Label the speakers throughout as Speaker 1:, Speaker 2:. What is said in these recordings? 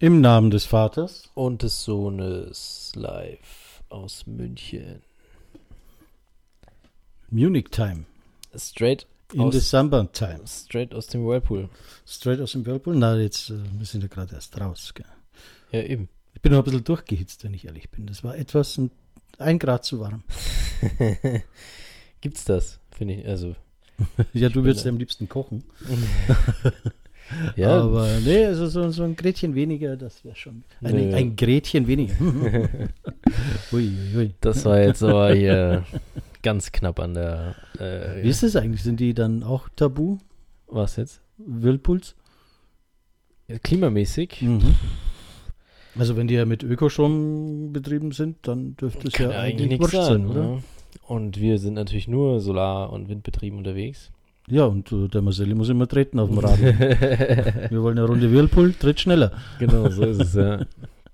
Speaker 1: Im Namen des Vaters
Speaker 2: und des Sohnes live aus München.
Speaker 1: Munich Time.
Speaker 2: Straight
Speaker 1: In the Summer Time.
Speaker 2: Straight aus dem Whirlpool.
Speaker 1: Straight aus dem Whirlpool? Na, jetzt wir sind ja gerade erst raus. Gell?
Speaker 2: Ja, eben.
Speaker 1: Ich bin noch ein bisschen durchgehitzt, wenn ich ehrlich bin. Das war etwas 1 Grad zu warm.
Speaker 2: Gibt's das? Finde ich, also.
Speaker 1: Ja, du würdest ja am liebsten kochen.
Speaker 2: Ja.
Speaker 1: Aber nee, also so ein Gretchen weniger, das wäre schon. Ein Gretchen weniger. Ui, ui, ui.
Speaker 2: Das war jetzt aber hier ganz knapp an der.
Speaker 1: Wie ist das eigentlich? Sind die dann auch tabu?
Speaker 2: Was jetzt?
Speaker 1: Whirlpools?
Speaker 2: Klimamäßig?
Speaker 1: Mhm. Also wenn die ja mit Ökostrom betrieben sind, dann dürfte es ja eigentlich
Speaker 2: nichts
Speaker 1: wurscht sein, oder?
Speaker 2: Ne? Und wir sind natürlich nur Solar- und Windbetrieben unterwegs.
Speaker 1: Ja, und der Marcelli muss immer treten auf dem Rad. Wir wollen eine Runde Whirlpool, tritt schneller.
Speaker 2: Genau, so ist es, ja.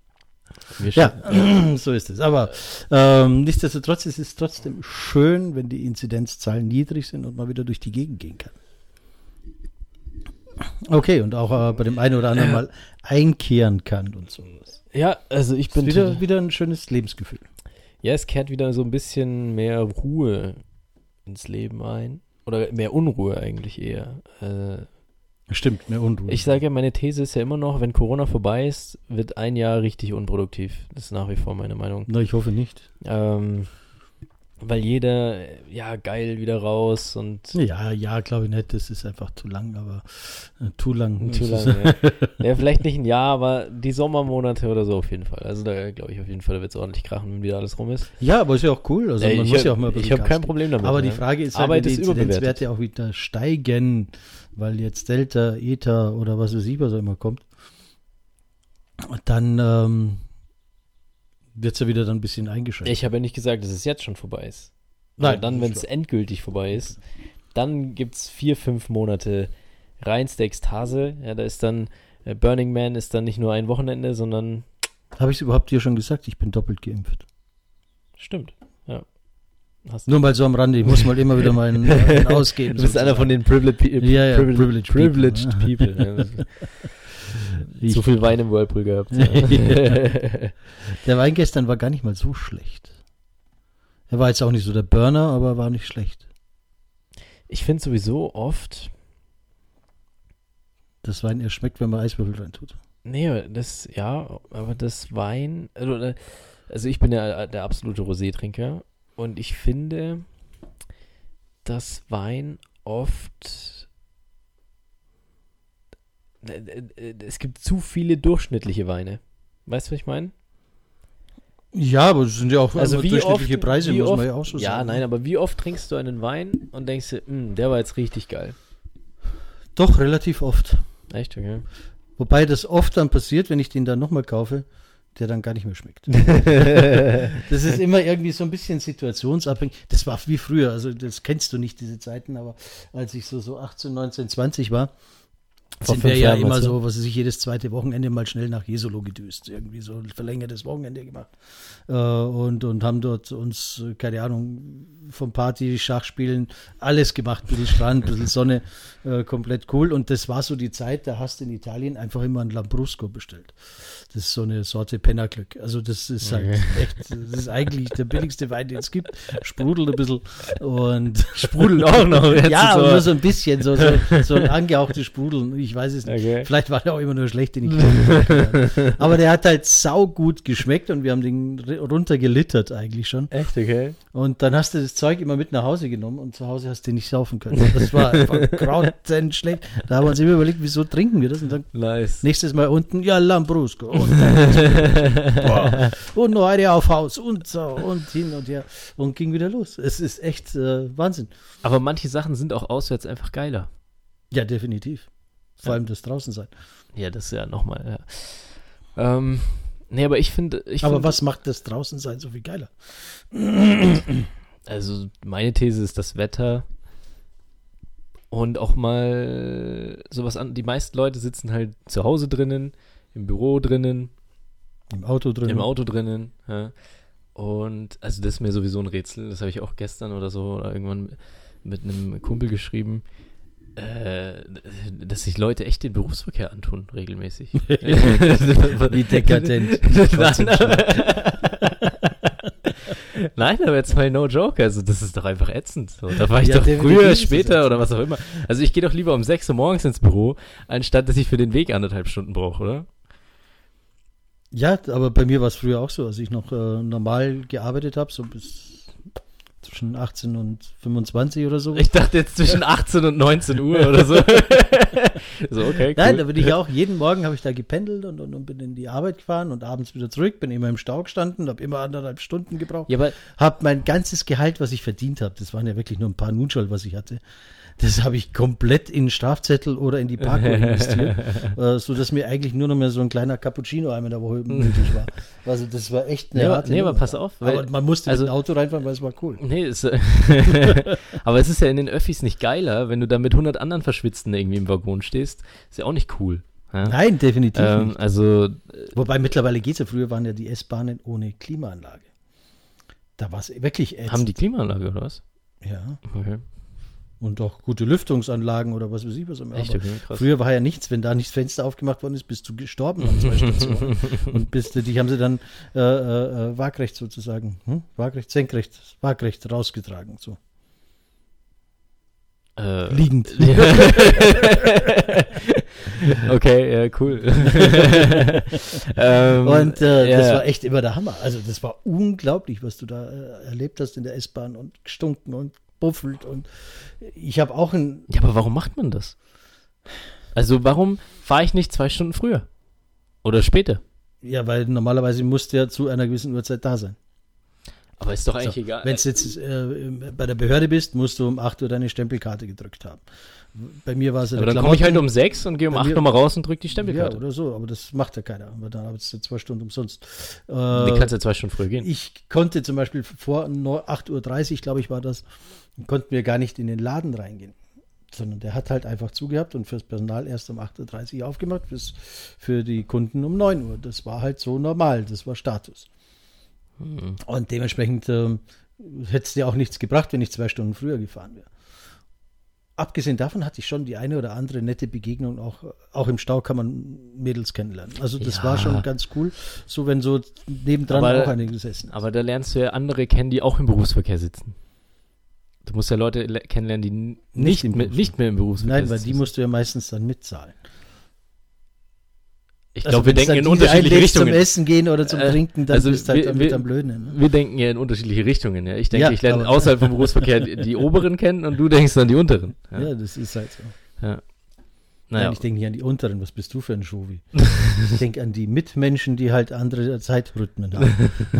Speaker 1: Ja, so ist es. Aber nichtsdestotrotz ist es trotzdem schön, wenn die Inzidenzzahlen niedrig sind und man wieder durch die Gegend gehen kann. Okay, und auch bei dem einen oder anderen mal einkehren kann und so.
Speaker 2: Ja, also ich bin
Speaker 1: wieder ein schönes Lebensgefühl.
Speaker 2: Ja, es kehrt wieder so ein bisschen mehr Ruhe ins Leben ein. Oder mehr Unruhe eigentlich eher.
Speaker 1: Stimmt, mehr Unruhe.
Speaker 2: Ich sage ja, meine These ist ja immer noch, wenn Corona vorbei ist, wird ein Jahr richtig unproduktiv. Das ist nach wie vor meine Meinung.
Speaker 1: Na, ich hoffe nicht.
Speaker 2: Weil jeder, ja, geil, wieder raus und...
Speaker 1: Ja, glaube ich nicht. Das ist einfach zu lang, aber zu lang.
Speaker 2: Ja. Ja, vielleicht nicht ein Jahr, aber die Sommermonate oder so auf jeden Fall. Also da glaube ich auf jeden Fall, da wird es ordentlich krachen, wenn wieder alles rum ist.
Speaker 1: Ja, aber ist ja auch cool. Also man muss ja auch mal ein bisschen
Speaker 2: Ich habe
Speaker 1: Gas
Speaker 2: kein
Speaker 1: geben.
Speaker 2: Problem damit.
Speaker 1: Aber die Frage ist halt,
Speaker 2: Arbeit
Speaker 1: wenn die
Speaker 2: ist
Speaker 1: Inzidenzwerte auch wieder steigen, weil jetzt Delta, Eta oder was weiß ich, was auch immer kommt, dann wird es ja wieder dann ein bisschen eingeschränkt.
Speaker 2: Ich habe ja nicht gesagt, dass es jetzt schon vorbei ist.
Speaker 1: Nein.
Speaker 2: Aber dann, wenn es endgültig vorbei ist, dann gibt es 4-5 Monate reinste Ekstase. Ja, da ist dann, Burning Man ist dann nicht nur ein Wochenende, sondern...
Speaker 1: Habe ich es überhaupt dir schon gesagt? Ich bin doppelt geimpft.
Speaker 2: Stimmt, ja.
Speaker 1: Nur mal so am Rande, ich muss mal immer wieder mal einen ausgeben.
Speaker 2: Du bist einer von den Privileged People. Ja. Zu viel Wein im Whirlpool gehabt. Ja.
Speaker 1: Der Wein gestern war gar nicht mal so schlecht. Er war jetzt auch nicht so der Burner, aber war nicht schlecht.
Speaker 2: Ich finde sowieso oft...
Speaker 1: Das Wein erst schmeckt, wenn man Eiswürfel rein tut.
Speaker 2: Nee, aber das Wein... Also ich bin ja der absolute Rosé-Trinker und ich finde, dass Wein oft... Es gibt zu viele durchschnittliche Weine. Weißt du, was ich meine?
Speaker 1: Ja, aber es sind ja auch
Speaker 2: also
Speaker 1: durchschnittliche Preise, muss man ja auch so sagen.
Speaker 2: Ja, nein, aber wie oft trinkst du einen Wein und denkst dir, der war jetzt richtig geil?
Speaker 1: Doch, relativ oft.
Speaker 2: Echt, okay.
Speaker 1: Wobei das oft dann passiert, wenn ich den dann nochmal kaufe, der dann gar nicht mehr schmeckt. Das ist immer irgendwie so ein bisschen situationsabhängig. Das war wie früher, also das kennst du nicht, diese Zeiten, aber als ich so 18, 19, 20 war, sind wir ja immer so, was weiß ich, jedes zweite Wochenende mal schnell nach Jesolo gedüst. Irgendwie so ein verlängertes Wochenende gemacht. Und haben dort uns, keine Ahnung, vom Party, Schachspielen, alles gemacht. Ein bisschen Strand, ein bisschen Sonne, komplett cool. Und das war so die Zeit, da hast du in Italien einfach immer ein Lambrusco bestellt. Das ist so eine Sorte Pennerglück. Also das ist halt echt, das ist eigentlich der billigste Wein, den es gibt. Sprudelt ein bisschen. Und
Speaker 2: Sprudelt auch noch.
Speaker 1: Ja, so. Nur so ein bisschen, so ein angehauchtes Sprudeln. Ich weiß es nicht. Okay. Vielleicht war der auch immer nur schlecht, den ich kenne. Aber der hat halt saugut geschmeckt und wir haben den runtergelittert eigentlich schon.
Speaker 2: Echt, okay.
Speaker 1: Und dann hast du das Zeug immer mit nach Hause genommen und zu Hause hast du den nicht saufen können. Das war einfach grauenschlecht. Da haben wir uns immer überlegt, wieso trinken wir das? Und dann nächstes Mal unten, ja, Lambrusco. Und noch eine auf Haus und so und hin und her. Und ging wieder los. Es ist echt Wahnsinn.
Speaker 2: Aber manche Sachen sind auch auswärts einfach geiler.
Speaker 1: Ja, definitiv. Vor allem das draußen sein.
Speaker 2: Ja, das ist ja nochmal, ja. Nee, aber ich finde...
Speaker 1: Aber was macht das draußen sein so viel geiler?
Speaker 2: Also meine These ist das Wetter und auch mal sowas an. Die meisten Leute sitzen halt zu Hause drinnen, im Büro drinnen.
Speaker 1: Im Auto
Speaker 2: drinnen. Ja. Und also das ist mir sowieso ein Rätsel. Das habe ich auch gestern oder so oder irgendwann mit einem Kumpel geschrieben. dass sich Leute echt den Berufsverkehr antun, regelmäßig.
Speaker 1: Wie dekadent.
Speaker 2: Nein, aber jetzt mal no joke, also das ist doch einfach ätzend. So, da war ich
Speaker 1: Ja,
Speaker 2: doch
Speaker 1: definitiv
Speaker 2: früher,
Speaker 1: ist es
Speaker 2: später
Speaker 1: ätzend.
Speaker 2: oder was auch immer. Also ich gehe doch lieber um 6 Uhr morgens ins Büro, anstatt dass ich für den Weg 1,5 Stunden brauche, oder?
Speaker 1: Ja, aber bei mir war es früher auch so, als ich noch normal gearbeitet habe, so bis zwischen 18 und 25 oder so.
Speaker 2: Ich dachte jetzt zwischen 18 und 19 Uhr oder so. So, okay, cool.
Speaker 1: Nein, da bin ich auch, jeden Morgen habe ich da gependelt und bin in die Arbeit gefahren und abends wieder zurück, bin immer im Stau gestanden, habe immer 1,5 Stunden gebraucht.
Speaker 2: Ja, aber
Speaker 1: Habe mein ganzes Gehalt, was ich verdient habe, das waren ja wirklich nur ein paar Nunschal, was ich hatte, das habe ich komplett in Strafzettel oder in die Parkuhr investiert, sodass mir eigentlich nur noch mehr so ein kleiner Cappuccino einmal in der Woche möglich war. Also das war echt eine harte
Speaker 2: aber
Speaker 1: Nummer.
Speaker 2: pass auf. Weil,
Speaker 1: Aber man musste
Speaker 2: also-
Speaker 1: mit dem Auto reinfahren, weil es war cool.
Speaker 2: nee, aber es ist ja in den Öffis nicht geiler, wenn du da mit 100 anderen Verschwitzten irgendwie im Waggon stehst. Ist ja auch nicht cool. Ja?
Speaker 1: Nein, definitiv nicht.
Speaker 2: Also,
Speaker 1: Wobei mittlerweile geht es ja, früher waren ja die S-Bahnen ohne Klimaanlage. Da war es wirklich ätzend.
Speaker 2: haben die Klimaanlage oder was?
Speaker 1: Ja.
Speaker 2: Okay.
Speaker 1: Und auch gute Lüftungsanlagen oder was weiß ich was.
Speaker 2: Echt,
Speaker 1: Aber
Speaker 2: okay, krass.
Speaker 1: früher war ja nichts, wenn da nicht das Fenster aufgemacht worden ist, bist du gestorben an 2 Stationen. Und dich haben sie dann waagrecht sozusagen, waagrecht rausgetragen, so. Liegend.
Speaker 2: Okay, ja, cool.
Speaker 1: Und das
Speaker 2: ja.
Speaker 1: war echt immer der Hammer. Also das war unglaublich, was du da erlebt hast in der S-Bahn und gestunken und buffelt. Und ich habe auch
Speaker 2: Ja, aber warum macht man das? Also warum fahre ich nicht 2 Stunden früher? Oder später?
Speaker 1: ja, weil normalerweise musst du ja zu einer gewissen Uhrzeit da sein.
Speaker 2: Aber ist doch eigentlich
Speaker 1: So,
Speaker 2: egal.
Speaker 1: wenn du jetzt bei der Behörde bist, musst du um 8 Uhr deine Stempelkarte gedrückt haben. Bei mir war es ja
Speaker 2: Aber
Speaker 1: der
Speaker 2: dann komme ich halt
Speaker 1: Klamotten-
Speaker 2: um 6 und gehe um
Speaker 1: Bei
Speaker 2: 8
Speaker 1: mir-
Speaker 2: nochmal raus und drücke die
Speaker 1: Ja,
Speaker 2: Stempelkarte.
Speaker 1: oder so, aber das macht ja keiner. Aber dann arbeitest du 2 Stunden umsonst.
Speaker 2: Du kannst ja 2 Stunden früher gehen.
Speaker 1: Ich konnte zum Beispiel vor 8:30 Uhr, glaube ich, war das, konnten wir gar nicht in den Laden reingehen. Sondern der hat halt einfach zugehabt und fürs Personal erst um 8:30 Uhr aufgemacht, für die Kunden um 9 Uhr. Das war halt so normal, das war Status. Und dementsprechend hätte es dir auch nichts gebracht, wenn ich 2 Stunden früher gefahren wäre. Abgesehen davon hatte ich schon die eine oder andere nette Begegnung, auch im Stau kann man Mädels kennenlernen. Also das
Speaker 2: Ja.
Speaker 1: war schon ganz cool, so wenn so nebendran
Speaker 2: Aber-
Speaker 1: auch eine gesessen ist.
Speaker 2: Aber da lernst du ja andere kennen, die auch im Berufsverkehr sitzen. Du musst ja Leute kennenlernen, die
Speaker 1: Nicht im
Speaker 2: nicht mehr im Berufsverkehr
Speaker 1: Nein, weil
Speaker 2: sitzen.
Speaker 1: die musst du ja meistens dann mitzahlen.
Speaker 2: Ich
Speaker 1: Also
Speaker 2: glaube, wir
Speaker 1: wenn's
Speaker 2: denken
Speaker 1: dann
Speaker 2: in
Speaker 1: diese
Speaker 2: unterschiedliche
Speaker 1: einlädst
Speaker 2: Richtungen.
Speaker 1: zum Essen gehen oder zum Trinken, dann
Speaker 2: also
Speaker 1: bist du halt
Speaker 2: wir-
Speaker 1: damit
Speaker 2: wir-
Speaker 1: am Blöden. Ne?
Speaker 2: Wir denken ja in unterschiedliche Richtungen. Ja. Ich denke,
Speaker 1: Ja,
Speaker 2: ich lerne
Speaker 1: aber-
Speaker 2: außerhalb vom Berufsverkehr die oberen kennen und du denkst an die unteren.
Speaker 1: Ja, das ist halt so.
Speaker 2: Ja.
Speaker 1: Nein,
Speaker 2: Naja.
Speaker 1: ich denke nicht an die Unteren. Was bist du für ein Schovi? Ich denke an die Mitmenschen, die halt andere Zeitrhythmen haben.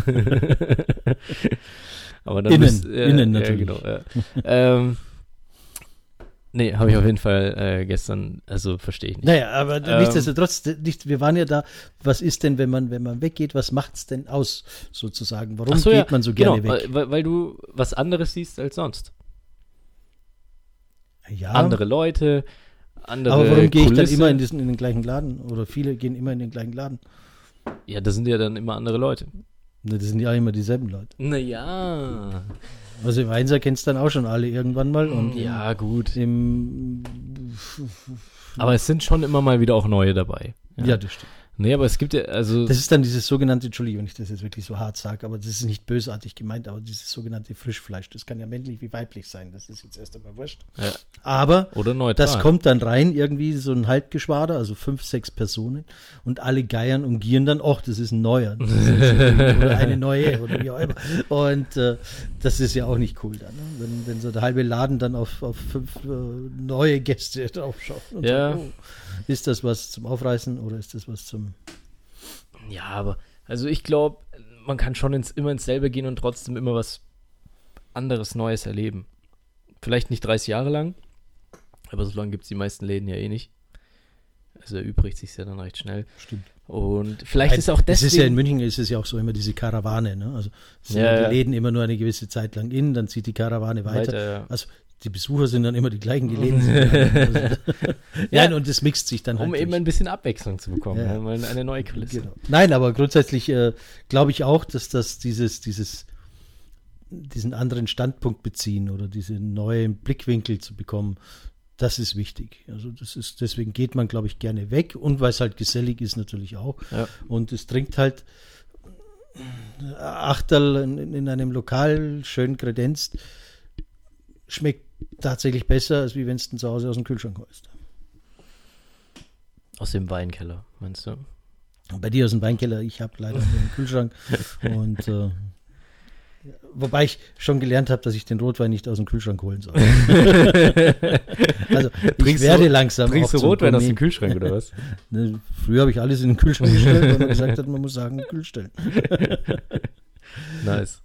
Speaker 2: Aber dann
Speaker 1: Innen natürlich.
Speaker 2: Ja, genau, ja. Nee, habe ich auf jeden Fall gestern, also verstehe ich nicht.
Speaker 1: Naja, aber nichtsdestotrotz, wir waren ja da, was ist denn, wenn man weggeht, was macht's denn aus, sozusagen? Warum
Speaker 2: Ach so,
Speaker 1: geht man so gerne
Speaker 2: genau,
Speaker 1: weg?
Speaker 2: weil du was anderes siehst als sonst.
Speaker 1: Ja,
Speaker 2: Andere Leute, andere
Speaker 1: aber warum gehe ich dann
Speaker 2: Kulisse.
Speaker 1: immer in den gleichen Laden? Oder viele gehen immer in den gleichen Laden.
Speaker 2: Ja, das sind ja dann immer andere Leute.
Speaker 1: Das sind ja immer dieselben Leute.
Speaker 2: Naja.
Speaker 1: Also im Einser kennst du dann auch schon alle irgendwann mal. Und
Speaker 2: Ja, gut.
Speaker 1: im
Speaker 2: Aber es sind schon immer mal wieder auch neue dabei.
Speaker 1: ja, das stimmt.
Speaker 2: Nee, aber es gibt ja, also.
Speaker 1: Das ist dann dieses sogenannte, Entschuldigung, wenn ich das jetzt wirklich so hart sage, aber das ist nicht bösartig gemeint, aber dieses sogenannte Frischfleisch, das kann ja männlich wie weiblich sein, das ist jetzt erst einmal wurscht.
Speaker 2: Ja.
Speaker 1: Aber
Speaker 2: Oder neutral.
Speaker 1: das kommt dann rein, irgendwie so ein Halbgeschwader, also 5, 6 Personen und alle geiern und gieren dann, ach, das ist ein neuer. Das ist oder eine neue oder wie auch immer. Und das ist ja auch nicht cool dann, ne? wenn so der halbe Laden dann auf 5 neue Gäste draufschaut. Und
Speaker 2: Ja.
Speaker 1: sagt, oh, ist das was zum Aufreißen oder ist das was zum...
Speaker 2: Ja, aber, also ich glaube, man kann schon immer ins selbe gehen und trotzdem immer was anderes, Neues erleben. Vielleicht nicht 30 Jahre lang, aber so lange gibt es die meisten Läden ja eh nicht. Also erübrigt sich ja dann recht schnell.
Speaker 1: Stimmt.
Speaker 2: Und vielleicht ist auch
Speaker 1: Es ist ja in
Speaker 2: deswegen.
Speaker 1: München ist es ja auch so immer diese Karawane, ne? Also es sind
Speaker 2: Ja,
Speaker 1: ja
Speaker 2: ja.
Speaker 1: die Läden immer nur eine gewisse Zeit lang in, dann zieht die Karawane weiter.
Speaker 2: Ja.
Speaker 1: Also die Besucher sind dann immer die gleichen, die Läden sind also, Nein, und das mixt sich dann halt
Speaker 2: Um eben
Speaker 1: durch.
Speaker 2: ein bisschen Abwechslung zu bekommen,
Speaker 1: Ja.
Speaker 2: ja. Mal eine neue Kulisse.
Speaker 1: Genau. Nein, aber grundsätzlich glaube ich auch, dass das diesen anderen Standpunkt beziehen oder diesen neuen Blickwinkel zu bekommen, Das ist wichtig. Also deswegen geht man, glaube ich, gerne weg und weil es halt gesellig ist natürlich auch.
Speaker 2: Ja.
Speaker 1: Und es trinkt halt Achterl in einem Lokal, schön kredenzt, schmeckt tatsächlich besser, als wie wenn es zu Hause aus dem Kühlschrank holst.
Speaker 2: Aus dem Weinkeller, meinst du?
Speaker 1: Und bei dir aus dem Weinkeller, ich habe leider nur einen Kühlschrank. Und wobei ich schon gelernt habe, dass ich den Rotwein nicht aus dem Kühlschrank holen soll. Also ich werde langsam.
Speaker 2: Trinkst du Rotwein aus dem Kühlschrank oder was?
Speaker 1: Ne, früher habe ich alles in den Kühlschrank gestellt, weil man gesagt hat, man muss Sachen in den Kühl stellen.
Speaker 2: Nice.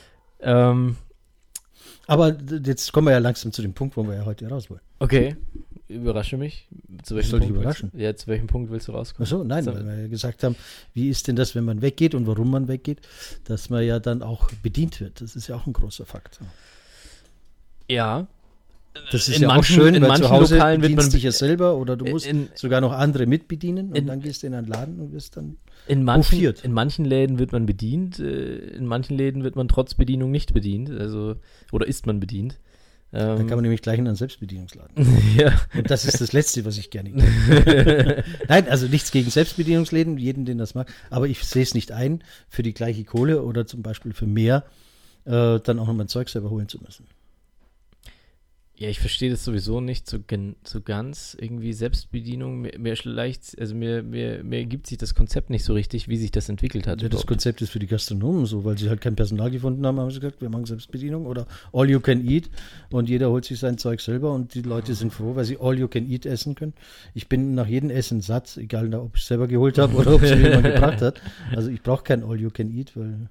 Speaker 1: Aber jetzt kommen wir ja langsam zu dem Punkt, wo wir ja heute raus wollen.
Speaker 2: Okay, überrasche mich. Zu welchem
Speaker 1: Soll ich
Speaker 2: Punkt
Speaker 1: überraschen?
Speaker 2: Zu welchem Punkt willst du rauskommen?
Speaker 1: Ach so, nein, weil wir ja gesagt haben, wie ist denn das, wenn man weggeht und warum man weggeht, dass man ja dann auch bedient wird. Das ist ja auch ein großer Faktor.
Speaker 2: Ja.
Speaker 1: Das ist
Speaker 2: In
Speaker 1: ja auch
Speaker 2: manchen-
Speaker 1: schön,
Speaker 2: in
Speaker 1: weil
Speaker 2: manchen
Speaker 1: zu Hause
Speaker 2: Lokalen wird
Speaker 1: bedienst
Speaker 2: man-
Speaker 1: dich ja selber oder du musst sogar noch andere mitbedienen und
Speaker 2: in-
Speaker 1: dann gehst du in einen Laden und wirst dann
Speaker 2: In
Speaker 1: hofiert.
Speaker 2: manchen Läden wird man bedient, in manchen Läden wird man trotz Bedienung nicht bedient, also oder ist man bedient.
Speaker 1: Dann kann man nämlich gleich in einen Selbstbedienungsladen.
Speaker 2: Ja.
Speaker 1: Und das ist das Letzte, was ich gerne gehe. Nein, also nichts gegen Selbstbedienungsläden, jeden, den das mag. Aber ich sehe es nicht ein, für die gleiche Kohle oder zum Beispiel für mehr, dann auch noch mein Zeug selber holen zu müssen.
Speaker 2: Ja, ich verstehe das sowieso nicht so ganz. Irgendwie Selbstbedienung, mir ergibt sich das Konzept nicht so richtig, wie sich das entwickelt hat.
Speaker 1: Ja, das
Speaker 2: überhaupt.
Speaker 1: Konzept ist für die Gastronomen so, weil sie halt kein Personal gefunden haben, haben sie gesagt, wir machen Selbstbedienung oder All You Can Eat und jeder holt sich sein Zeug selber und die Leute sind froh, weil sie All You Can Eat essen können. Ich bin nach jedem Essen satt, egal ob ich es selber geholt habe oder ob es mir jemand gebracht hat. Also ich brauche kein All You Can Eat, weil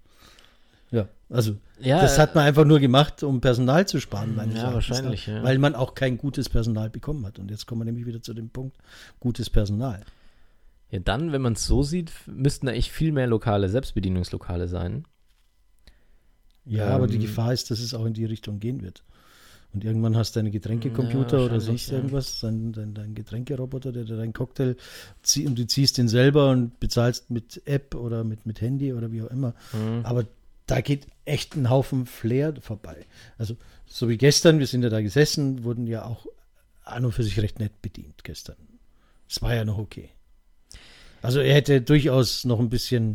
Speaker 2: Ja,
Speaker 1: das hat man einfach nur gemacht, um Personal zu sparen. meines
Speaker 2: ja,
Speaker 1: Erachtens,
Speaker 2: wahrscheinlich, ja.
Speaker 1: Weil man auch kein gutes Personal bekommen hat. Und jetzt kommen wir nämlich wieder zu dem Punkt, gutes Personal.
Speaker 2: Ja, dann, wenn man es so sieht, müssten da echt viel mehr Selbstbedienungslokale sein.
Speaker 1: Ja, aber die Gefahr ist, dass es auch in die Richtung gehen wird. Und irgendwann hast du deine Getränkecomputer
Speaker 2: Ja,
Speaker 1: oder sonst
Speaker 2: wahrscheinlich, ja.
Speaker 1: irgendwas, dein Getränkeroboter, der dir deinen Cocktail zieht und du ziehst den selber und bezahlst mit App oder mit Handy oder wie auch immer. Aber da geht echt ein Haufen Flair vorbei. Also so wie gestern, wir sind ja da gesessen, wurden ja auch an und für sich recht nett bedient gestern. Es war ja noch okay. Also er hätte durchaus noch ein bisschen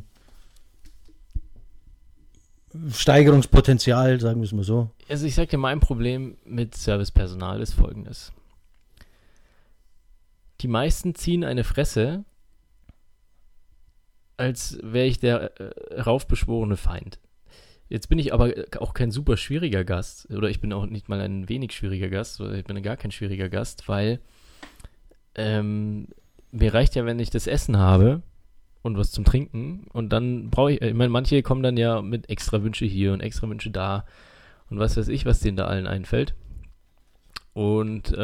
Speaker 1: Steigerungspotenzial, sagen wir es mal so.
Speaker 2: Also ich sag dir, mein Problem mit Servicepersonal ist folgendes. Die meisten ziehen eine Fresse, als wäre ich der raufbeschworene Feind. Jetzt bin ich aber auch kein super schwieriger Gast, oder ich bin auch nicht mal ein wenig schwieriger Gast, oder ich bin gar kein schwieriger Gast, weil mir reicht ja, wenn ich das Essen habe und was zum Trinken und dann brauche ich meine, manche kommen dann ja mit extra Wünsche hier und extra Wünsche da und was weiß ich, was denen da allen einfällt. Und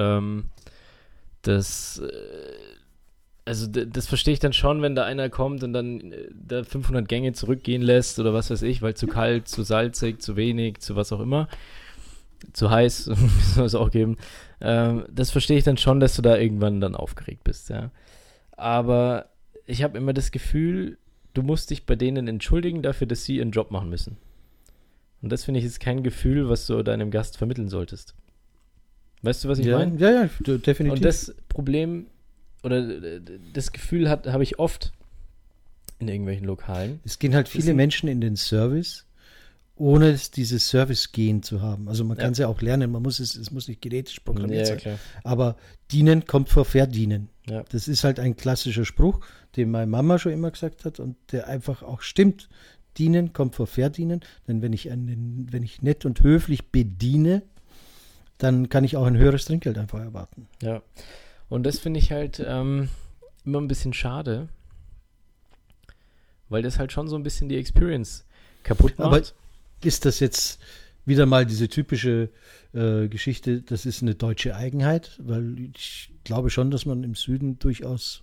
Speaker 2: das verstehe ich dann schon, wenn da einer kommt und dann da 500 Gänge zurückgehen lässt oder was weiß ich, weil zu kalt, zu salzig, zu wenig, zu was auch immer, zu heiß, soll es auch geben. Das verstehe ich dann schon, dass du da irgendwann dann aufgeregt bist, ja. Aber ich habe immer das Gefühl, du musst dich bei denen entschuldigen dafür, dass sie ihren Job machen müssen. Und das finde ich ist kein Gefühl, was du deinem Gast vermitteln solltest. Weißt du, was ich meine?
Speaker 1: Ja, definitiv.
Speaker 2: Und das Problem oder das Gefühl habe ich oft in irgendwelchen Lokalen.
Speaker 1: Es gehen halt viele Menschen in den Service, ohne dieses Service-Gehen zu haben. Also man kann es ja auch lernen, es muss nicht genetisch programmiert sein.
Speaker 2: Klar.
Speaker 1: Aber dienen kommt vor verdienen.
Speaker 2: Ja.
Speaker 1: Das ist halt ein klassischer Spruch, den meine Mama schon immer gesagt hat und der einfach auch stimmt. Dienen kommt vor verdienen, denn wenn ich nett und höflich bediene, dann kann ich auch ein höheres Trinkgeld einfach erwarten.
Speaker 2: Ja. Und das finde ich halt immer ein bisschen schade, weil das halt schon so ein bisschen die Experience kaputt macht.
Speaker 1: Aber ist das jetzt wieder mal diese typische Geschichte, das ist eine deutsche Eigenheit, weil ich glaube schon, dass man im Süden durchaus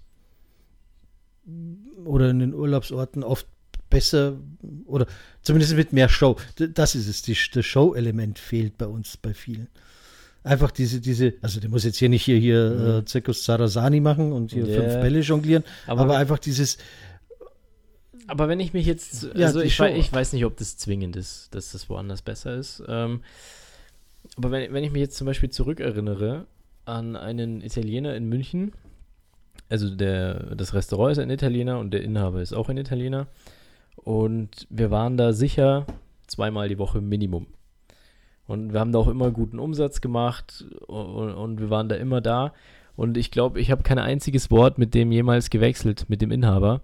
Speaker 1: oder in den Urlaubsorten oft besser oder zumindest mit mehr Show. Das ist es, das Show-Element fehlt bei uns, bei vielen. Einfach also der muss jetzt hier nicht Zirkus Sarasani machen und hier 5 Bälle jonglieren, aber einfach dieses.
Speaker 2: Aber wenn ich mich jetzt, also ich weiß nicht, ob das zwingend ist, dass das woanders besser ist, aber wenn ich mich jetzt zum Beispiel zurückerinnere, an einen Italiener in München. Also das Restaurant ist ein Italiener und der Inhaber ist auch ein Italiener. Und wir waren da sicher 2-mal die Woche Minimum. Und wir haben da auch immer guten Umsatz gemacht und wir waren da immer da. Und ich glaube, ich habe kein einziges Wort mit dem jemals gewechselt, mit dem Inhaber.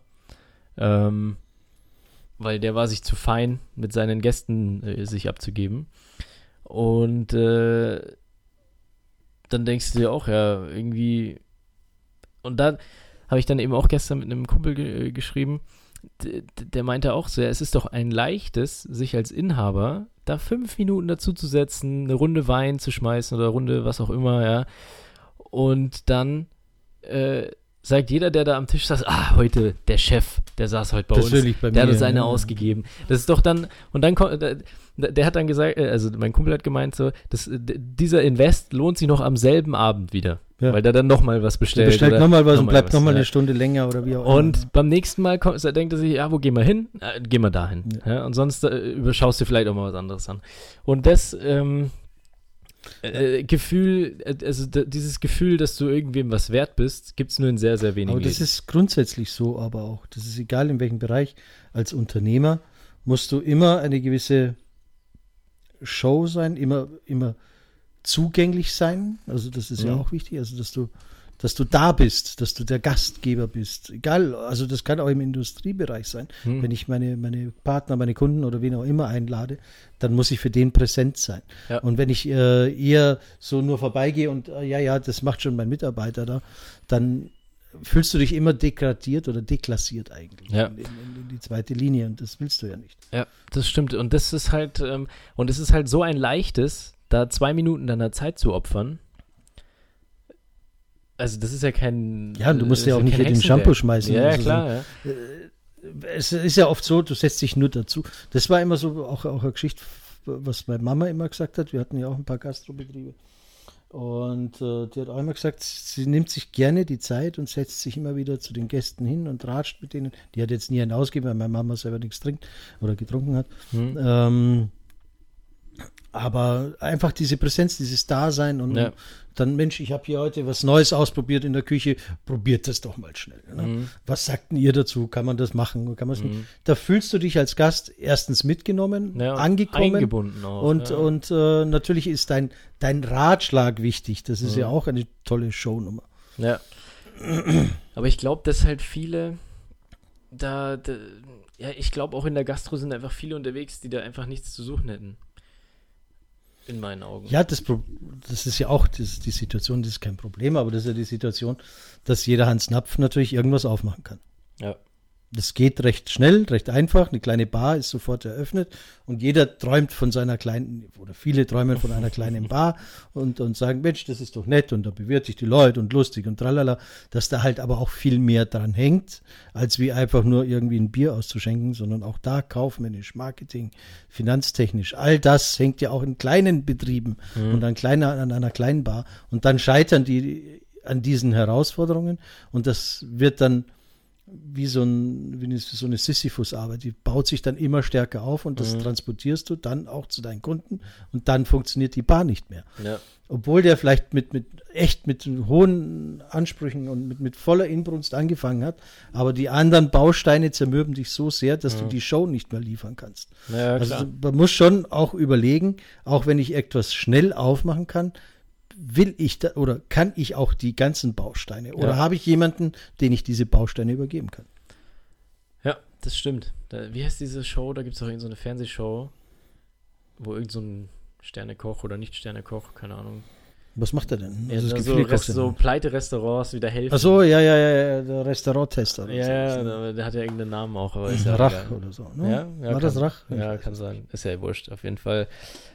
Speaker 2: Weil der war sich zu fein, mit seinen Gästen sich abzugeben. Und dann denkst du dir auch, ja, irgendwie. Und da habe ich dann eben auch gestern mit einem Kumpel geschrieben, der meinte auch so, ja, es ist doch ein leichtes, sich als Inhaber da 5 Minuten dazu zu setzen, eine Runde Wein zu schmeißen oder Runde was auch immer, ja. Und dann sagt jeder, der da am Tisch saß, heute der Chef, der saß heute bei uns, der hat uns eine ausgegeben. Das ist doch dann, und dann der hat dann gesagt, also mein Kumpel hat gemeint so, dieser Invest lohnt sich noch am selben Abend wieder. Ja. Weil der dann nochmal was bestellt. Der
Speaker 1: bestellt nochmal was und bleibt nochmal eine Stunde länger oder wie auch immer.
Speaker 2: Und beim nächsten Mal denkt er sich, ja, wo gehen wir hin? Gehen wir dahin. Ja. Ja, und sonst überschaust du vielleicht auch mal was anderes an. Und das Gefühl, also dieses Gefühl, dass du irgendwem was wert bist, gibt es nur in sehr, sehr wenigen.
Speaker 1: Aber das ist grundsätzlich so, aber auch. Das ist egal, in welchem Bereich. Als Unternehmer musst du immer eine gewisse Show sein, immer zugänglich sein, also das ist ja auch wichtig, also dass du da bist, dass du der Gastgeber bist, egal, also das kann auch im Industriebereich sein, wenn ich meine Partner, meine Kunden oder wen auch immer einlade, dann muss ich für den präsent sein. Ja. Und wenn ich eher so nur vorbeigehe und ja, das macht schon mein Mitarbeiter da, dann fühlst du dich immer degradiert oder deklassiert eigentlich in die zweite Linie und das willst du ja nicht.
Speaker 2: Ja, das stimmt und das ist halt so ein leichtes, da 2 Minuten deiner Zeit zu opfern. Also das ist ja kein...
Speaker 1: Ja, du musst ja auch nicht hier den Shampoo schmeißen.
Speaker 2: Ja, klar. Ja.
Speaker 1: Es ist ja oft so, du setzt dich nur dazu. Das war immer so auch eine Geschichte, was meine Mama immer gesagt hat. Wir hatten ja auch ein paar Gastrobetriebe. Und die hat auch immer gesagt, sie nimmt sich gerne die Zeit und setzt sich immer wieder zu den Gästen hin und ratscht mit denen. Die hat jetzt nie einen ausgegeben, weil meine Mama selber nichts trinkt oder getrunken hat. Aber einfach diese Präsenz, dieses Dasein und dann, Mensch, ich habe hier heute was Neues ausprobiert in der Küche, probiert das doch mal schnell. Ne? Was sagt denn ihr dazu? Kann man das machen? Kann man Da fühlst du dich als Gast erstens mitgenommen, angekommen.
Speaker 2: Eingebunden auch.
Speaker 1: Und natürlich ist dein Ratschlag wichtig. Das ist ja auch eine tolle Shownummer.
Speaker 2: Ja. Aber ich glaube, dass halt viele ich glaube auch in der Gastro sind einfach viele unterwegs, die da einfach nichts zu suchen hätten. In meinen Augen.
Speaker 1: Ja, das ist ja auch die Situation, das ist kein Problem, aber das ist ja die Situation, dass jeder Hans Napf natürlich irgendwas aufmachen kann. Ja. Das geht recht schnell, recht einfach. Eine kleine Bar ist sofort eröffnet und jeder träumt von seiner kleinen, oder viele träumen von einer kleinen Bar und sagen, Mensch, das ist doch nett und da bewirte ich die Leute und lustig und tralala, dass da halt aber auch viel mehr dran hängt, als wie einfach nur irgendwie ein Bier auszuschenken, sondern auch da kaufmännisch, Marketing, finanztechnisch, all das hängt ja auch in kleinen Betrieben und an einer kleinen Bar und dann scheitern die an diesen Herausforderungen und das wird dann wie so eine Sisyphus-Arbeit, die baut sich dann immer stärker auf und das transportierst du dann auch zu deinen Kunden und dann funktioniert die Bar nicht mehr. Ja. Obwohl der vielleicht mit hohen Ansprüchen und mit voller Inbrunst angefangen hat, aber die anderen Bausteine zermürben dich so sehr, dass du die Show nicht mehr liefern kannst. Ja, also man muss schon auch überlegen, auch wenn ich etwas schnell aufmachen kann, will ich da oder kann ich auch die ganzen Bausteine oder habe ich jemanden, den ich diese Bausteine übergeben kann?
Speaker 2: Ja, das stimmt. Wie heißt diese Show? Da gibt es auch so eine Fernsehshow, wo irgend so ein Sternekoch oder nicht Sternekoch, keine Ahnung.
Speaker 1: Was macht er denn?
Speaker 2: Ja, also so Pleite-Restaurants wieder helfen.
Speaker 1: Ach so, ja, der Restauranttester.
Speaker 2: Ja, der hat ja irgendeinen Namen auch. Aber ist
Speaker 1: Rach
Speaker 2: ja
Speaker 1: oder so. Ne?
Speaker 2: Ja,
Speaker 1: war das Rach?
Speaker 2: Ja, kann sein. Ist ja wurscht, auf jeden Fall.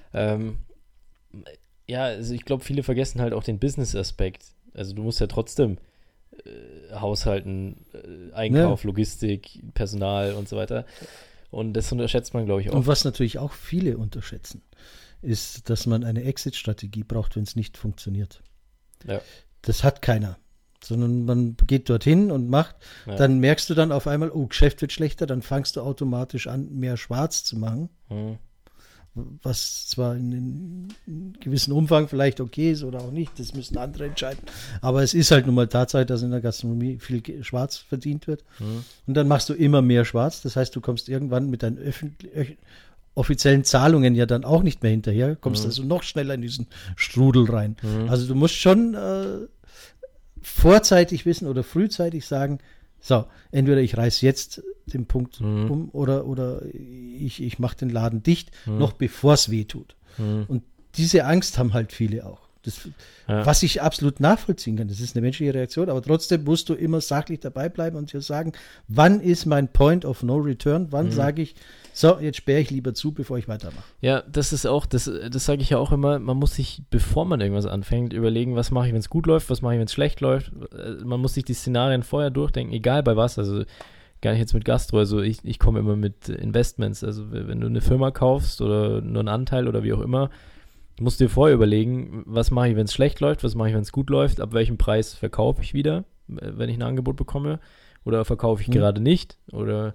Speaker 2: Ja, also ich glaube, viele vergessen halt auch den Business-Aspekt. Also du musst ja trotzdem haushalten, Einkauf, Logistik, Personal und so weiter. Und das unterschätzt man, glaube ich, auch.
Speaker 1: Und was natürlich auch viele unterschätzen, ist, dass man eine Exit-Strategie braucht, wenn es nicht funktioniert. Ja. Das hat keiner. Sondern man geht dorthin und macht, dann merkst du dann auf einmal, Geschäft wird schlechter, dann fangst du automatisch an, mehr schwarz zu machen. was zwar in gewissem Umfang vielleicht okay ist oder auch nicht, das müssen andere entscheiden, aber es ist halt nun mal Tatsache, dass in der Gastronomie viel schwarz verdient wird und dann machst du immer mehr schwarz, das heißt, du kommst irgendwann mit deinen offiziellen Zahlungen ja dann auch nicht mehr hinterher, kommst also noch schneller in diesen Strudel rein. Also du musst schon vorzeitig wissen oder frühzeitig sagen, so, entweder ich reiß jetzt den Punkt um oder ich mache den Laden dicht, noch bevor es weh tut. Und diese Angst haben halt viele auch. Was ich absolut nachvollziehen kann, das ist eine menschliche Reaktion, aber trotzdem musst du immer sachlich dabei bleiben und dir sagen, wann ist mein Point of No Return, wann sage ich, so, jetzt sperre ich lieber zu, bevor ich weitermache.
Speaker 2: Ja, das ist auch, das sage ich ja auch immer, man muss sich, bevor man irgendwas anfängt, überlegen, was mache ich, wenn es gut läuft, was mache ich, wenn es schlecht läuft. Man muss sich die Szenarien vorher durchdenken, egal bei was, also gar nicht jetzt mit Gastro, also ich komme immer mit Investments, also wenn du eine Firma kaufst oder nur einen Anteil oder wie auch immer, musst du dir vorher überlegen, was mache ich, wenn es schlecht läuft, was mache ich, wenn es gut läuft, ab welchem Preis verkaufe ich wieder, wenn ich ein Angebot bekomme, oder verkaufe ich gerade nicht, oder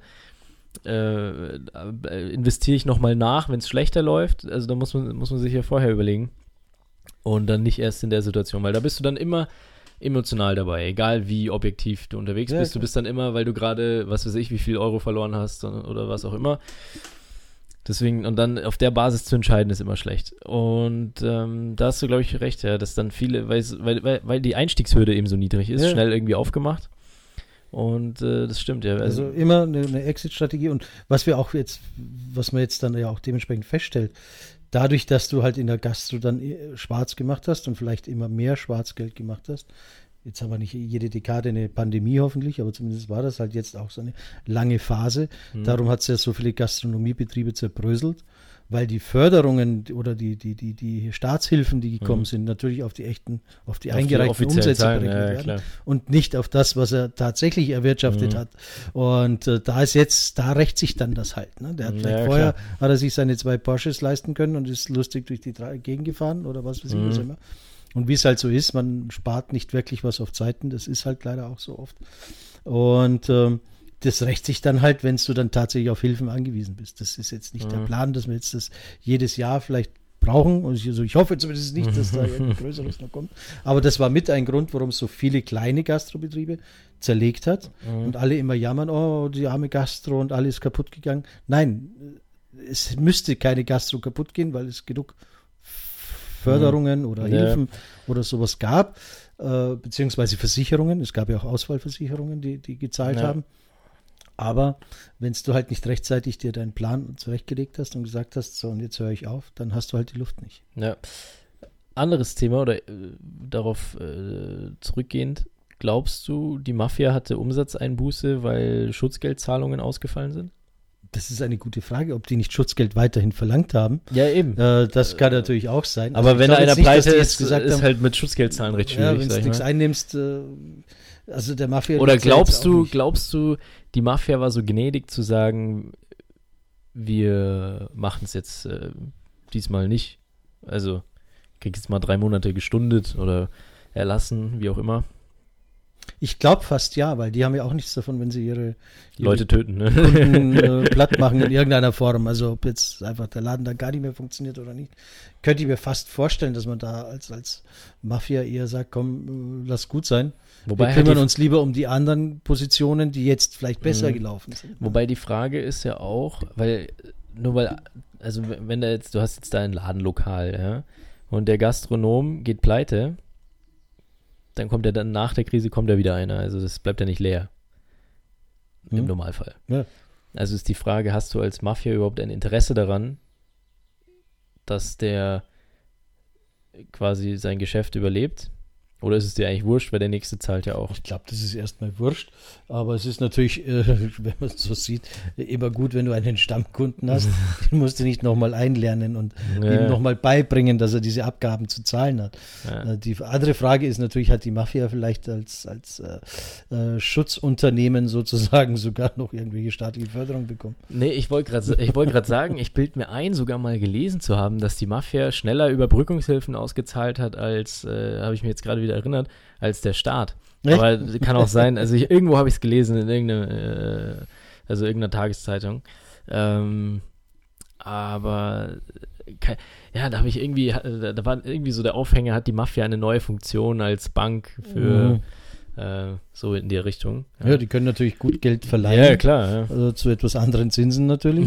Speaker 2: investiere ich nochmal nach, wenn es schlechter läuft, also da muss man sich ja vorher überlegen und dann nicht erst in der Situation, weil da bist du dann immer emotional dabei, egal wie objektiv du unterwegs bist, klar. Du bist dann immer, weil du gerade, was weiß ich, wie viel Euro verloren hast oder was auch immer. Deswegen, und dann auf der Basis zu entscheiden, ist immer schlecht. Und da hast du, glaube ich, recht, ja, dass dann viele, weil die Einstiegshürde eben so niedrig ist, schnell irgendwie aufgemacht. Und das stimmt, ja.
Speaker 1: Also immer eine Exit-Strategie und was man jetzt dann ja auch dementsprechend feststellt, dadurch, dass du halt in der Gastro dann schwarz gemacht hast und vielleicht immer mehr Schwarzgeld gemacht hast, jetzt haben wir nicht jede Dekade eine Pandemie hoffentlich, aber zumindest war das halt jetzt auch so eine lange Phase. Darum hat es ja so viele Gastronomiebetriebe zerbröselt, weil die Förderungen oder die Staatshilfen, die gekommen sind, natürlich auf die eingereichten Umsätze berechnet werden und nicht auf das, was er tatsächlich erwirtschaftet hat. Und da rächt sich dann das halt. Ne? Der hat vielleicht vorher hat er sich seine 2 Porsches leisten können und ist lustig durch die Gegend gefahren oder was weiß ich was immer. Und wie es halt so ist, man spart nicht wirklich was auf Zeiten, das ist halt leider auch so oft. Und das rächt sich dann halt, wenn du dann tatsächlich auf Hilfen angewiesen bist. Das ist jetzt nicht der Plan, dass wir jetzt das jedes Jahr vielleicht brauchen. Und ich hoffe zumindest nicht, dass da irgendwas Größeres noch kommt. Aber das war mit ein Grund, warum es so viele kleine Gastrobetriebe zerlegt hat. Und alle immer jammern, oh, die arme Gastro und alles kaputt gegangen. Nein, es müsste keine Gastro kaputt gehen, weil es genug Förderungen oder Hilfen oder sowas gab, beziehungsweise Versicherungen. Es gab ja auch Ausfallversicherungen, die gezahlt haben. Aber wenn du halt nicht rechtzeitig dir deinen Plan zurechtgelegt hast und gesagt hast, so und jetzt höre ich auf, dann hast du halt die Luft nicht.
Speaker 2: Ja. Anderes Thema oder darauf zurückgehend, glaubst du, die Mafia hatte Umsatzeinbuße, weil Schutzgeldzahlungen ausgefallen sind?
Speaker 1: Das ist eine gute Frage, ob die nicht Schutzgeld weiterhin verlangt haben.
Speaker 2: Ja, eben.
Speaker 1: Das kann natürlich auch sein.
Speaker 2: Aber also wenn da einer pleite ist, ist halt mit Schutzgeldzahlen recht schwierig.
Speaker 1: Ja, wenn du nichts einnimmst, also der Mafia...
Speaker 2: Oder glaubst du, die Mafia war so gnädig zu sagen, wir machen es jetzt diesmal nicht. Also kriegst jetzt mal 3 Monate gestundet oder erlassen, wie auch immer.
Speaker 1: Ich glaube fast ja, weil die haben ja auch nichts davon, wenn sie ihre
Speaker 2: Leute töten, ne?
Speaker 1: Kunden platt machen in irgendeiner Form. Also ob jetzt einfach der Laden dann gar nicht mehr funktioniert oder nicht. Könnte ich mir fast vorstellen, dass man da als Mafia eher sagt, komm, lass gut sein.
Speaker 2: Wobei
Speaker 1: wir kümmern uns lieber um die anderen Positionen, die jetzt vielleicht besser gelaufen sind.
Speaker 2: Wobei die Frage ist ja auch, also wenn du hast jetzt da ein Ladenlokal, ja, und der Gastronom geht pleite, dann kommt dann nach der Krise wieder einer. Also das bleibt ja nicht leer. Im Normalfall. Ja. Also ist die Frage, hast du als Mafia überhaupt ein Interesse daran, dass der quasi sein Geschäft überlebt? Oder ist es dir eigentlich wurscht, weil der Nächste zahlt ja auch?
Speaker 1: Ich glaube, das ist erstmal wurscht. Aber es ist natürlich, wenn man es so sieht, immer gut, wenn du einen Stammkunden hast. Den musst du nicht nochmal einlernen und ihm nochmal beibringen, dass er diese Abgaben zu zahlen hat. Ja. Die andere Frage ist natürlich, hat die Mafia vielleicht als Schutzunternehmen sozusagen sogar noch irgendwelche staatliche Förderung bekommen?
Speaker 2: Nee, ich wollte gerade sagen, ich bilde mir ein, sogar mal gelesen zu haben, dass die Mafia schneller Überbrückungshilfen ausgezahlt hat als, habe ich mir jetzt gerade wieder erinnert, als der Staat. Echt? Aber kann auch sein, also irgendwo habe ich es gelesen in irgendeiner Tageszeitung. Aber ja, da habe ich irgendwie, da war irgendwie so der Aufhänger, hat die Mafia eine neue Funktion als Bank für so in die Richtung.
Speaker 1: Ja, die können natürlich gut Geld verleihen.
Speaker 2: Ja, klar. Ja.
Speaker 1: Also zu etwas anderen Zinsen natürlich.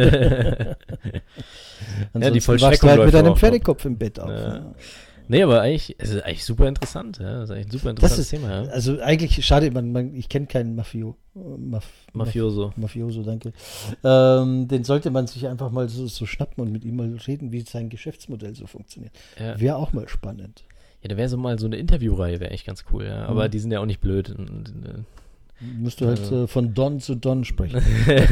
Speaker 2: Ja, die
Speaker 1: Vollstreckung
Speaker 2: Vollstreckung
Speaker 1: halt mit
Speaker 2: läuft
Speaker 1: einem
Speaker 2: auch
Speaker 1: Pferdekopf im Bett auf.
Speaker 2: Ja.
Speaker 1: Ja.
Speaker 2: Nee, aber eigentlich, es ist eigentlich super interessant. Ja. Das ist eigentlich ein super interessantes Thema. Ja.
Speaker 1: Also eigentlich schade, ich kenne keinen
Speaker 2: Mafioso.
Speaker 1: Mafioso, danke. Den sollte man sich einfach mal so schnappen und mit ihm mal reden, wie sein Geschäftsmodell so funktioniert.
Speaker 2: Ja.
Speaker 1: Wäre auch mal spannend.
Speaker 2: Ja, da wäre so mal so eine Interviewreihe, wäre echt ganz cool. Ja. Aber die sind ja auch nicht blöd.
Speaker 1: Musst du halt von Don zu Don sprechen.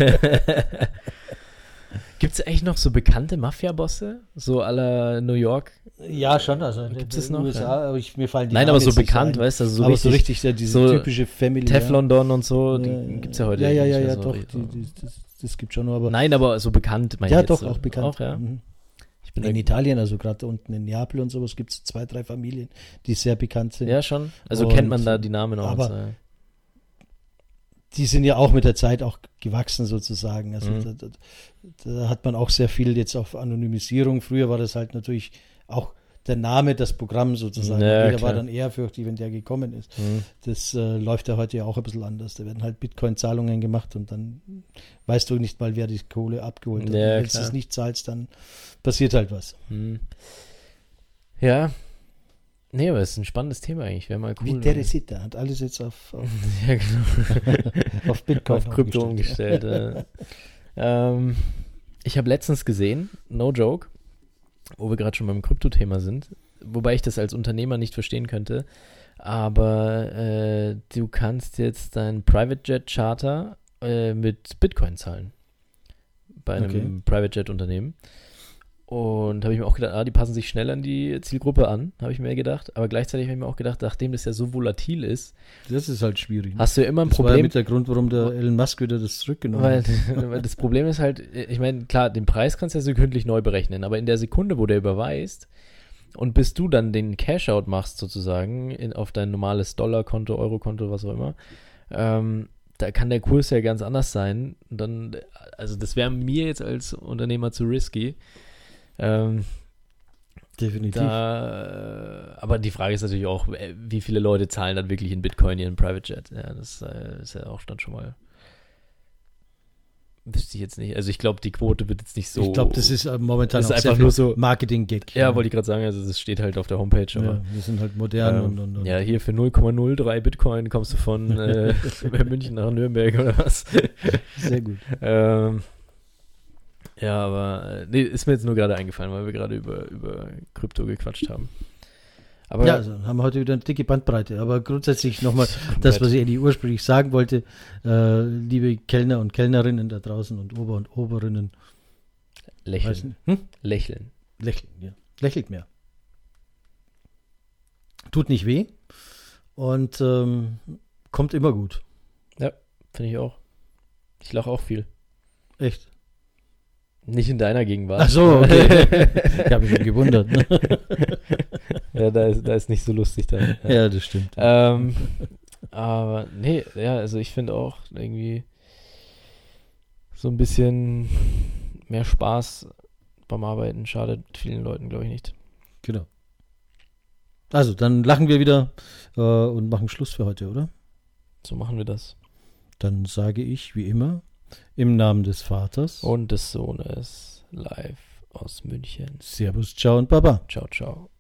Speaker 2: Gibt es eigentlich noch so bekannte Mafia-Bosse? So à la New York?
Speaker 1: Ja, schon. Also
Speaker 2: gibt es noch?
Speaker 1: USA, aber mir fallen die
Speaker 2: Nein,
Speaker 1: Namen
Speaker 2: aber so
Speaker 1: jetzt nicht
Speaker 2: bekannt,
Speaker 1: ein.
Speaker 2: weißt du? Also
Speaker 1: aber so richtig diese
Speaker 2: so
Speaker 1: typische Family.
Speaker 2: Teflon Don und so, die gibt es ja heute.
Speaker 1: Ja,
Speaker 2: nicht mehr so
Speaker 1: doch.
Speaker 2: richtig.
Speaker 1: Das gibt schon noch. Aber
Speaker 2: Nein, aber so bekannt, meine
Speaker 1: ja,
Speaker 2: ich jetzt
Speaker 1: doch,
Speaker 2: so.
Speaker 1: auch bekannt.
Speaker 2: Auch, ja?
Speaker 1: Mhm.
Speaker 2: Ich bin
Speaker 1: In Italien, also gerade unten in Neapel und sowas, gibt es 2, 3 Familien, die sehr bekannt sind.
Speaker 2: Ja, schon. Also
Speaker 1: Und-
Speaker 2: kennt man da die Namen auch.
Speaker 1: aber-
Speaker 2: und so, ja.
Speaker 1: Die sind ja auch mit der Zeit auch gewachsen sozusagen. Also da hat man auch sehr viel jetzt auf Anonymisierung. Früher war das halt natürlich auch der Name, das Programm sozusagen.
Speaker 2: Ja,
Speaker 1: Jeder
Speaker 2: klar.
Speaker 1: war dann ehrfürchtig, wenn der gekommen ist.
Speaker 2: Mhm.
Speaker 1: Das läuft ja heute ja auch ein bisschen anders. Da werden halt Bitcoin-Zahlungen gemacht und dann weißt du nicht mal, wer die Kohle abgeholt hat.
Speaker 2: Ja,
Speaker 1: Wenn du
Speaker 2: klar.
Speaker 1: es nicht zahlst, dann passiert halt was.
Speaker 2: Hm. Ja. Nee, aber es ist ein spannendes Thema eigentlich. Wäre mal cool.
Speaker 1: Wie Teresita hat alles jetzt auf
Speaker 2: Ja, genau.
Speaker 1: auf Bitcoin
Speaker 2: Auf Krypto umgestellt. Ich habe letztens gesehen, no joke, wo wir gerade schon beim Krypto-Thema sind, wobei ich das als Unternehmer nicht verstehen könnte, aber du kannst jetzt dein Private Jet Charter mit Bitcoin zahlen. Bei einem Private Jet Unternehmen. Und habe ich mir auch gedacht, die passen sich schnell an die Zielgruppe an, habe ich mir gedacht. Aber gleichzeitig habe ich mir auch gedacht, nachdem das ja so volatil ist,
Speaker 1: Das ist halt schwierig.
Speaker 2: hast du ja immer ein
Speaker 1: Das war ja
Speaker 2: Problem.
Speaker 1: mit der Grund, warum der Elon Musk wieder das zurückgenommen
Speaker 2: Weil,
Speaker 1: hat.
Speaker 2: weil das Problem ist halt, ich meine, klar, den Preis kannst du ja sekündlich neu berechnen, aber in der Sekunde, wo der überweist und bis du dann den Cashout machst sozusagen auf dein normales Dollarkonto, Eurokonto, was auch immer, da kann der Kurs ja ganz anders sein. Und dann, also das wäre mir jetzt als Unternehmer zu risky.
Speaker 1: Definitiv.
Speaker 2: Aber die Frage ist natürlich auch, wie viele Leute zahlen dann wirklich in Bitcoin ihren Private Jet? Ja, das ist ja auch dann schon mal. Wüsste ich jetzt nicht. Also ich glaube, die Quote wird jetzt nicht so.
Speaker 1: Ich glaube, das ist momentan
Speaker 2: das ist
Speaker 1: auch sehr
Speaker 2: einfach
Speaker 1: viel
Speaker 2: nur so
Speaker 1: Marketing-Gag.
Speaker 2: Ja, wollte ich gerade sagen, also das steht halt auf der Homepage. Aber,
Speaker 1: Ja, wir sind halt modern und
Speaker 2: ja, hier für 0,03 Bitcoin kommst du von München nach Nürnberg oder was?
Speaker 1: sehr gut.
Speaker 2: Ja, aber nee, ist mir jetzt nur gerade eingefallen, weil wir gerade über Krypto gequatscht haben. Aber
Speaker 1: Ja, also haben wir heute wieder eine dicke Bandbreite. Aber grundsätzlich nochmal
Speaker 2: komplett.
Speaker 1: das, was ich eigentlich ursprünglich sagen wollte, liebe Kellner und Kellnerinnen da draußen und Ober- und Oberinnen,
Speaker 2: lächeln.
Speaker 1: weiß nicht, hm?
Speaker 2: Lächeln.
Speaker 1: Lächeln, ja. Lächelt mehr. Tut nicht weh und kommt immer gut.
Speaker 2: Finde ich auch. Ich lache auch viel.
Speaker 1: Echt.
Speaker 2: Nicht in deiner Gegenwart.
Speaker 1: Ach so, okay. Ich habe mich schon gewundert. Ne?
Speaker 2: Ja, da ist nicht so lustig dann.
Speaker 1: Ja, das stimmt.
Speaker 2: Aber nee, ja, also ich finde auch irgendwie so ein bisschen mehr Spaß beim Arbeiten schadet vielen Leuten, glaube ich, nicht.
Speaker 1: Genau. Also, dann lachen wir wieder und machen Schluss für heute, oder?
Speaker 2: So machen wir das.
Speaker 1: Dann sage ich, wie immer, im Namen des Vaters.
Speaker 2: Und des Sohnes live aus München.
Speaker 1: Servus, ciao und baba.
Speaker 2: Ciao, ciao.